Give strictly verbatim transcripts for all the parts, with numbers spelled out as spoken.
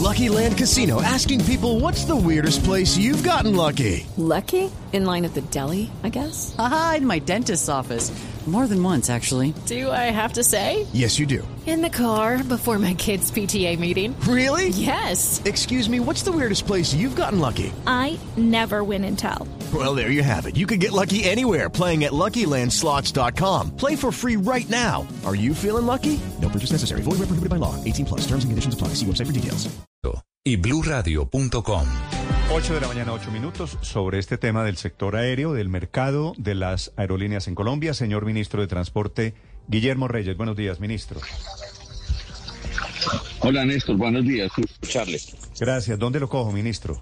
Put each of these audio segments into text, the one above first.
Lucky Land Casino, asking people, what's the weirdest place you've gotten lucky? Lucky? In line at the deli, I guess? Aha, in my dentist's office. More than once, actually. Do I have to say? Yes, you do. In the car before my kids' P T A meeting. Really? Yes. Excuse me, what's the weirdest place you've gotten lucky? I never win and tell. Well, there you have it. You can get lucky anywhere, playing at Lucky Land Slots dot com. Play for free right now. Are you feeling lucky? No purchase necessary. Void where prohibited by law. eighteen plus. Terms and conditions apply. See website for details. Y blue radio punto com. ocho de la mañana, ocho minutos, sobre este tema del sector aéreo, del mercado de las aerolíneas en Colombia. Señor Ministro de Transporte, Guillermo Reyes. Buenos días, ministro. Hola, Néstor. Buenos días. Charles. Gracias. ¿Dónde lo cojo, ministro?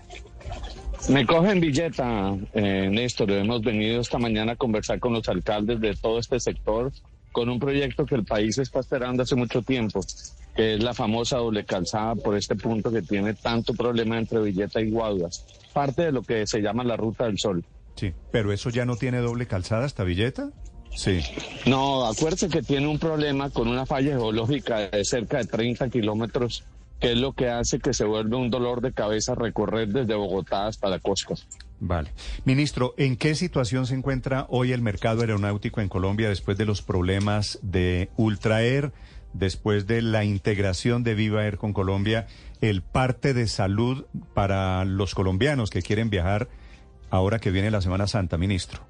Me coge en Villeta, eh, Néstor. Hemos venido esta mañana a conversar con los alcaldes de todo este sector con un proyecto que el país está esperando hace mucho tiempo, que es la famosa doble calzada por este punto que tiene tanto problema entre Villeta y Guaduas. Parte de lo que se llama la Ruta del Sol. Sí, pero ¿eso ya no tiene doble calzada hasta Villeta? Sí. No, acuérdese que tiene un problema con una falla geológica de cerca de treinta kilómetros, que es lo que hace que se vuelva un dolor de cabeza recorrer desde Bogotá hasta la costa. Vale. Ministro, ¿en qué situación se encuentra hoy el mercado aeronáutico en Colombia después de los problemas de Ultraer, después de la integración de Viva Air con Colombia, el parte de salud para los colombianos que quieren viajar ahora que viene la Semana Santa, ministro?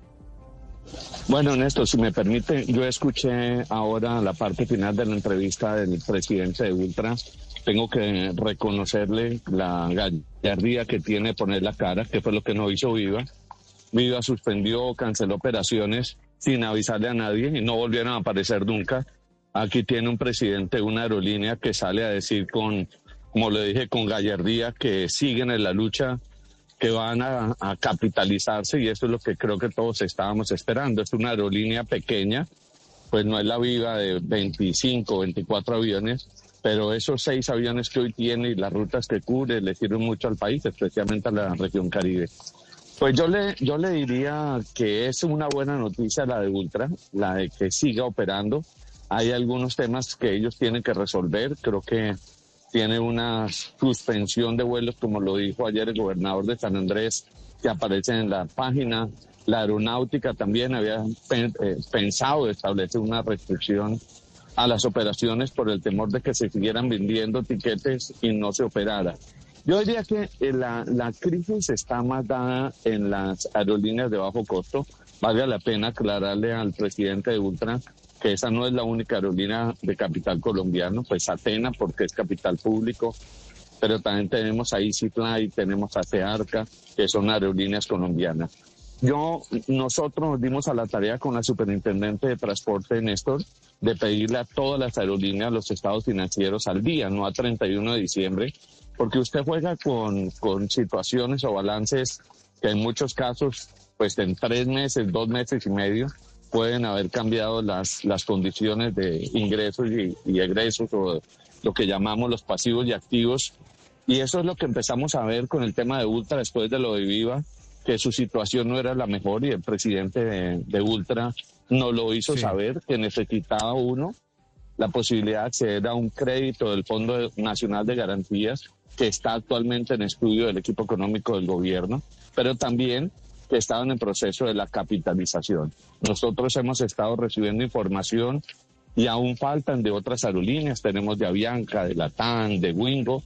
Bueno, Néstor, si me permite, yo escuché ahora la parte final de la entrevista del presidente de Ultra. Tengo que reconocerle la gallardía que tiene poner la cara, que fue lo que no hizo Viva. Viva suspendió o canceló operaciones sin avisarle a nadie y no volvieron a aparecer nunca. Aquí tiene un presidente de una aerolínea que sale a decir con, como le dije, con gallardía, que siguen en la lucha, que van a, a capitalizarse, y eso es lo que creo que todos estábamos esperando. Es una aerolínea pequeña, pues no es la Viva de veinticinco, veinticuatro aviones, pero esos seis aviones que hoy tiene y las rutas que cubre le sirven mucho al país, especialmente a la región Caribe. Pues yo le, yo le diría que es una buena noticia la de Ultra, la de que siga operando. Hay algunos temas que ellos tienen que resolver. Creo que tiene una suspensión de vuelos, como lo dijo ayer el gobernador de San Andrés, que aparece en la página. La aeronáutica también había pen, eh, pensado establecer una restricción a las operaciones por el temor de que se siguieran vendiendo tiquetes y no se operara. Yo diría que eh, la, la crisis está más dada en las aerolíneas de bajo costo. Vale la pena aclararle al presidente de Ultra que esa no es la única aerolínea de capital colombiano, pues Atena, porque es capital público, pero también tenemos a EasyFly, tenemos a Cearca, que son aerolíneas colombianas. Yo, nosotros nos dimos a la tarea con la superintendente de transporte, Néstor, de pedirle a todas las aerolíneas los estados financieros al día, no a treinta y uno de diciembre, porque usted juega con, con situaciones o balances que en muchos casos, pues en tres meses, dos meses y medio, pueden haber cambiado las, las condiciones de ingresos y, y egresos, o lo que llamamos los pasivos y activos. Y eso es lo que empezamos a ver con el tema de Ultra después de lo de Viva, que su situación no era la mejor, y el presidente de, de Ultra nos lo hizo sí. saber, que necesitaba uno la posibilidad de acceder a un crédito del Fondo Nacional de Garantías, que está actualmente en estudio del equipo económico del gobierno, pero también que estaban en proceso de la capitalización. Nosotros hemos estado recibiendo información y aún faltan de otras aerolíneas. Tenemos de Avianca, de Latam, de Wingo,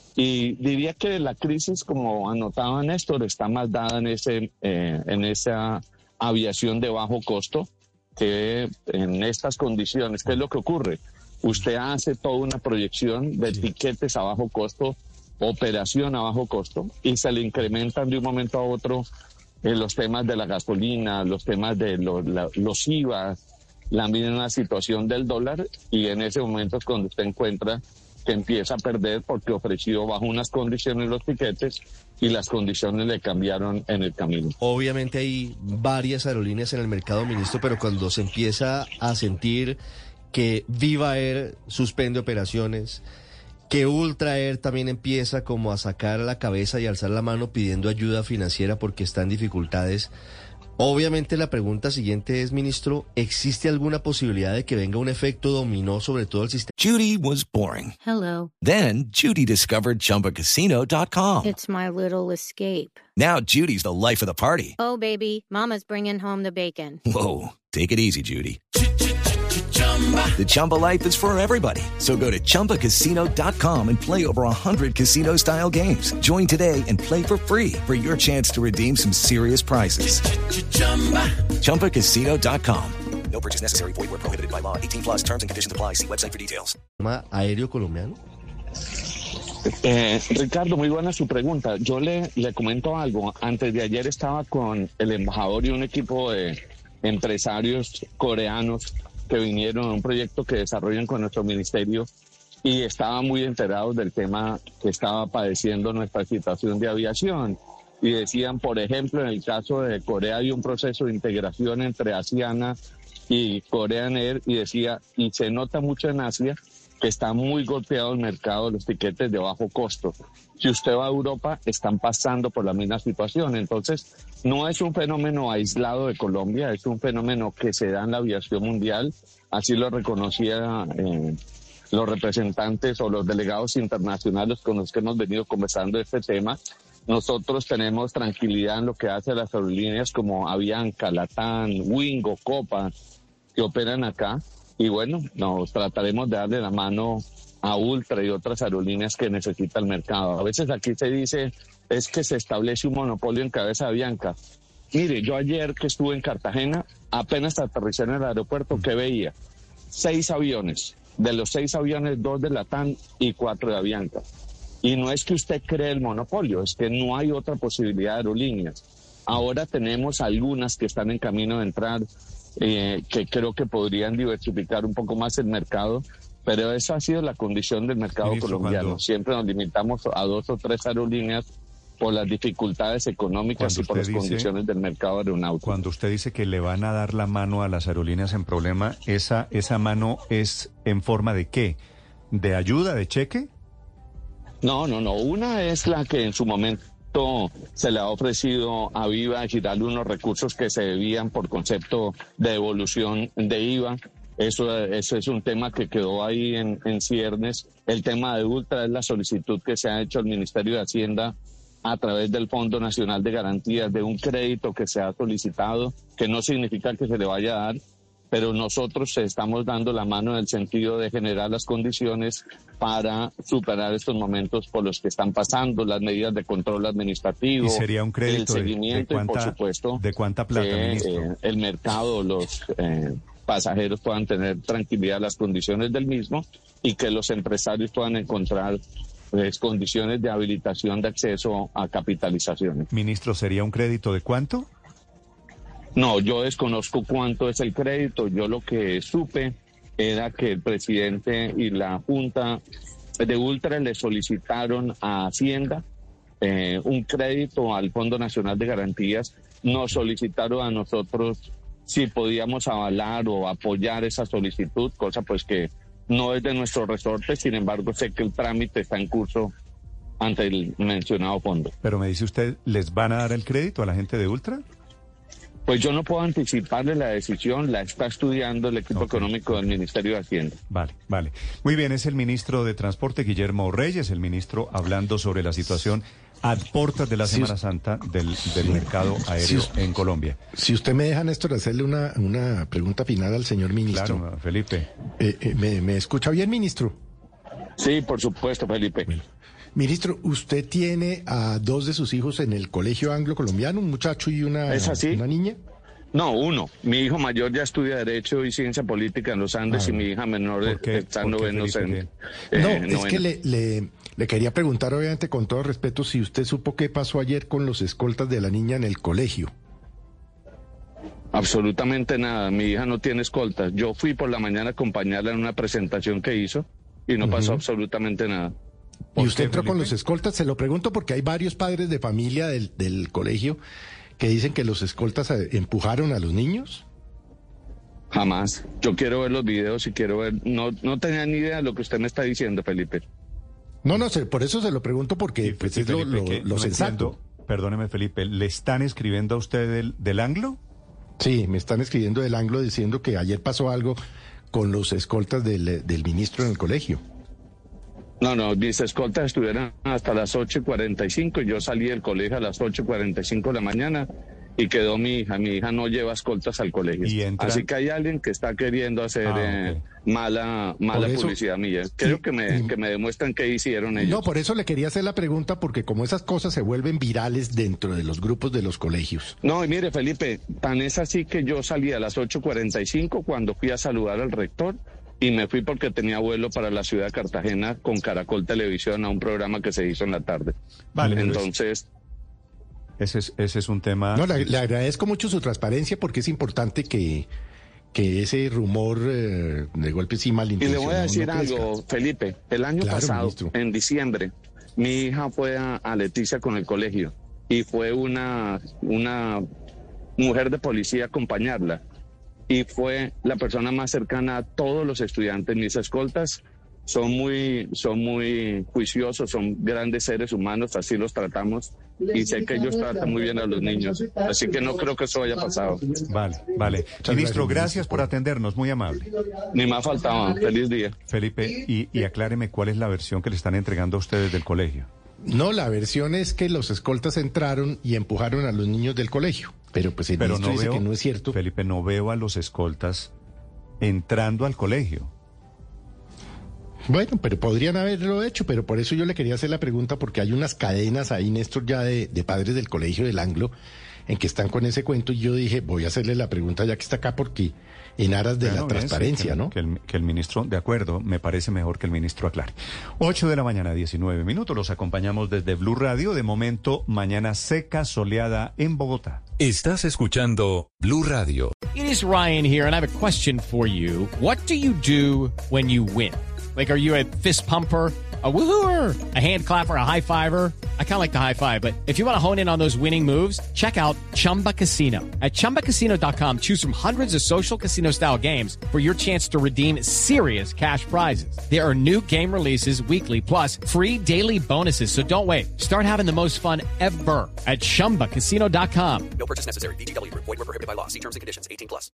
y diría que la crisis, como anotaba Néstor, está más dada en, ese, eh, en esa aviación de bajo costo, que en estas condiciones, ¿qué es lo que ocurre? Usted hace toda una proyección de tiquetes a bajo costo, operación a bajo costo, y se le incrementan de un momento a otro eh, los temas de la gasolina, los temas de lo, la, los I V A, la misma situación del dólar, y en ese momento es cuando usted encuentra que empieza a perder porque ofreció bajo unas condiciones los tiquetes y las condiciones le cambiaron en el camino. Obviamente hay varias aerolíneas en el mercado, ministro, pero cuando se empieza a sentir que Viva Air suspende operaciones, que Ultra Air también empieza como a sacar la cabeza y alzar la mano pidiendo ayuda financiera porque está en dificultades, Obviamente la pregunta siguiente es, ministro, ¿existe alguna posibilidad de que venga un efecto dominó sobre todo el sistema? Judy was boring. Hello. Then Judy discovered Chumba Casino dot com. It's my little escape. Now Judy's the life of the party. Oh, baby, mama's bringing home the bacon. Whoa, take it easy, Judy. The Chumba life is for everybody. So go to Chumba Casino dot com and play over one hundred casino-style games. Join today and play for free for your chance to redeem some serious prizes. Chumba Casino dot com. No purchase necessary. Void where prohibited by law. eighteen plus terms and conditions apply. See website for details. ¿Aéreo colombiano? Eh, Ricardo, muy buena su pregunta. Yo le, le comento algo. Antes de ayer estaba con el embajador y un equipo de empresarios coreanos que vinieron a un proyecto que desarrollan con nuestro ministerio y estaban muy enterados del tema que estaba padeciendo nuestra situación de aviación. Y decían, por ejemplo, en el caso de Corea hay un proceso de integración entre Asiana y Korean Air, y decía, y se nota mucho en Asia que está muy golpeado el mercado de los tiquetes de bajo costo. Si usted va a Europa, están pasando por la misma situación. Entonces, no es un fenómeno aislado de Colombia, es un fenómeno que se da en la aviación mundial. Así lo reconocía eh, los representantes o los delegados internacionales con los que hemos venido conversando este tema. Nosotros tenemos tranquilidad en lo que hace a las aerolíneas como Avianca, Latam, Wingo, Copa, que operan acá. Y bueno, nos trataremos de darle la mano a Ultra y otras aerolíneas que necesita el mercado. A veces aquí se dice, es que se establece un monopolio en cabeza de Avianca. Mire, yo ayer que estuve en Cartagena, apenas aterricé en el aeropuerto, ¿qué veía? Seis aviones. De los seis aviones, dos de Latam y cuatro de Avianca. Y no es que usted cree el monopolio, es que no hay otra posibilidad de aerolíneas. Ahora tenemos algunas que están en camino de entrar, eh, que creo que podrían diversificar un poco más el mercado, pero esa ha sido la condición del mercado Ministro, colombiano. Cuando... Siempre nos limitamos a dos o tres aerolíneas por las dificultades económicas y por las dice, condiciones del mercado aeronáutico. Cuando usted dice que le van a dar la mano a las aerolíneas en problema, ¿esa, esa mano es en forma de qué? ¿De ayuda, de cheque? No, no, no. Una es la que en su momento se le ha ofrecido a Viva a girar unos recursos que se debían por concepto de devolución de I V A. Eso, eso es un tema que quedó ahí en, en ciernes. El tema de Ultra es la solicitud que se ha hecho al Ministerio de Hacienda a través del Fondo Nacional de Garantías de un crédito que se ha solicitado, que no significa que se le vaya a dar, pero nosotros estamos dando la mano en el sentido de generar las condiciones para superar estos momentos por los que están pasando, las medidas de control administrativo, ¿y sería un crédito el seguimiento de, de cuánta, y, por supuesto, de cuánta plata, que ministro? Eh, el mercado, los eh, pasajeros puedan tener tranquilidad las condiciones del mismo y que los empresarios puedan encontrar pues, condiciones de habilitación de acceso a capitalizaciones. Ministro, ¿sería un crédito de cuánto? No, yo desconozco cuánto es el crédito. Yo lo que supe era que el presidente y la Junta de Ultra le solicitaron a Hacienda eh, un crédito al Fondo Nacional de Garantías. Nos solicitaron a nosotros si podíamos avalar o apoyar esa solicitud, cosa pues que no es de nuestro resorte. Sin embargo, sé que el trámite está en curso ante el mencionado fondo. Pero me dice usted, ¿les van a dar el crédito a la gente de Ultra? Pues yo no puedo anticiparle la decisión, la está estudiando el equipo okay. económico del Ministerio de Hacienda. Vale, vale. Muy bien, es el ministro de Transporte, Guillermo Reyes, el ministro hablando sobre la situación a puertas de la Semana sí, Santa del, del sí, mercado aéreo sí, en Colombia. Si usted me deja, Néstor, hacerle una, una pregunta final al señor ministro. Claro, Felipe. Eh, eh, ¿me, ¿Me escucha bien, ministro? Sí, por supuesto, Felipe. Bueno. Ministro, usted tiene a dos de sus hijos en el colegio anglo-colombiano, un muchacho y una, ¿Es así? una niña. No, uno. Mi hijo mayor ya estudia Derecho y Ciencia Política en los Andes ah, y mi hija menor está en noveno centro. Eh, no, noveno. Es que le, le, le quería preguntar, obviamente, con todo respeto, si usted supo qué pasó ayer con los escoltas de la niña en el colegio. Absolutamente nada. Mi hija no tiene escoltas. Yo fui por la mañana a acompañarla en una presentación que hizo y no uh-huh. pasó absolutamente nada. ¿Y usted entró con los escoltas? Se lo pregunto porque hay varios padres de familia del, del colegio que dicen que los escoltas empujaron a los niños. Jamás. Yo quiero ver los videos y quiero ver... No, no tenía ni idea de lo que usted me está diciendo, Felipe. No, no, por eso se lo pregunto porque pues, es Felipe, lo, lo, lo no sensato. Entiendo. Perdóneme, Felipe, ¿le están escribiendo a usted del, del Anglo? Sí, me están escribiendo del Anglo diciendo que ayer pasó algo con los escoltas del, del ministro en el colegio. No, no, mis escoltas estuvieron hasta las ocho y cuarenta y cinco y yo salí del colegio a las ocho y cuarenta y cinco de la mañana y quedó mi hija. Mi hija no lleva escoltas al colegio. Entra... Así que hay alguien que está queriendo hacer ah, okay. eh, mala mala eso, publicidad mía. Creo sí, que, me, y... que me demuestran qué hicieron ellos. No, por eso le quería hacer la pregunta, porque como esas cosas se vuelven virales dentro de los grupos de los colegios. No, y mire, Felipe, tan es así que yo salí a las ocho y cuarenta y cinco cuando fui a saludar al rector y me fui porque tenía vuelo para la ciudad de Cartagena con Caracol Televisión a un programa que se hizo en la tarde. Vale, entonces... Ese es, ese es un tema... No, le, le agradezco mucho su transparencia porque es importante que, que ese rumor eh, de golpe sí malintencionado. Y le voy a decir no algo, Felipe. El año claro, pasado, ministro. En diciembre, mi hija fue a, a Leticia con el colegio y fue una, una mujer de policía a acompañarla. Y fue la persona más cercana a todos los estudiantes. Mis escoltas son muy, son muy juiciosos, son grandes seres humanos, así los tratamos. Y sé que ellos tratan muy bien a los niños. Así que no creo que eso haya pasado. Vale, vale. Ministro, gracias por atendernos, muy amable. Ni más faltaba. Feliz día. Felipe, y, y acláreme cuál es la versión que le están entregando a ustedes del colegio. No, la versión es que los escoltas entraron y empujaron a los niños del colegio. Pero pues el Pero ministro no dice veo, que no es cierto. Felipe, no veo a los escoltas entrando al colegio. Bueno, pero podrían haberlo hecho, pero por eso yo le quería hacer la pregunta, porque hay unas cadenas ahí, Néstor, ya de, de padres del colegio del Anglo, en que están con ese cuento, y yo dije, voy a hacerle la pregunta ya que está acá, porque en aras de bueno, la transparencia, sí, que, ¿no? Que el, que el ministro, de acuerdo, me parece mejor que el ministro aclare. Ocho de la mañana, diecinueve minutos, los acompañamos desde Blue Radio, de momento, mañana seca, soleada en Bogotá. Estás escuchando Blue Radio. It is Ryan here, and I have a question for you. What do you do when you win? Like, are you a fist pumper, a woohooer, a hand clapper, a high fiver? I kind of like the high five, but if you want to hone in on those winning moves, check out Chumba Casino. At chumba casino dot com, choose from hundreds of social casino style games for your chance to redeem serious cash prizes. There are new game releases weekly, plus free daily bonuses. So don't wait. Start having the most fun ever at chumba casino dot com. No purchase necessary. V G W. Void where prohibited by law. See terms and conditions. eighteen plus.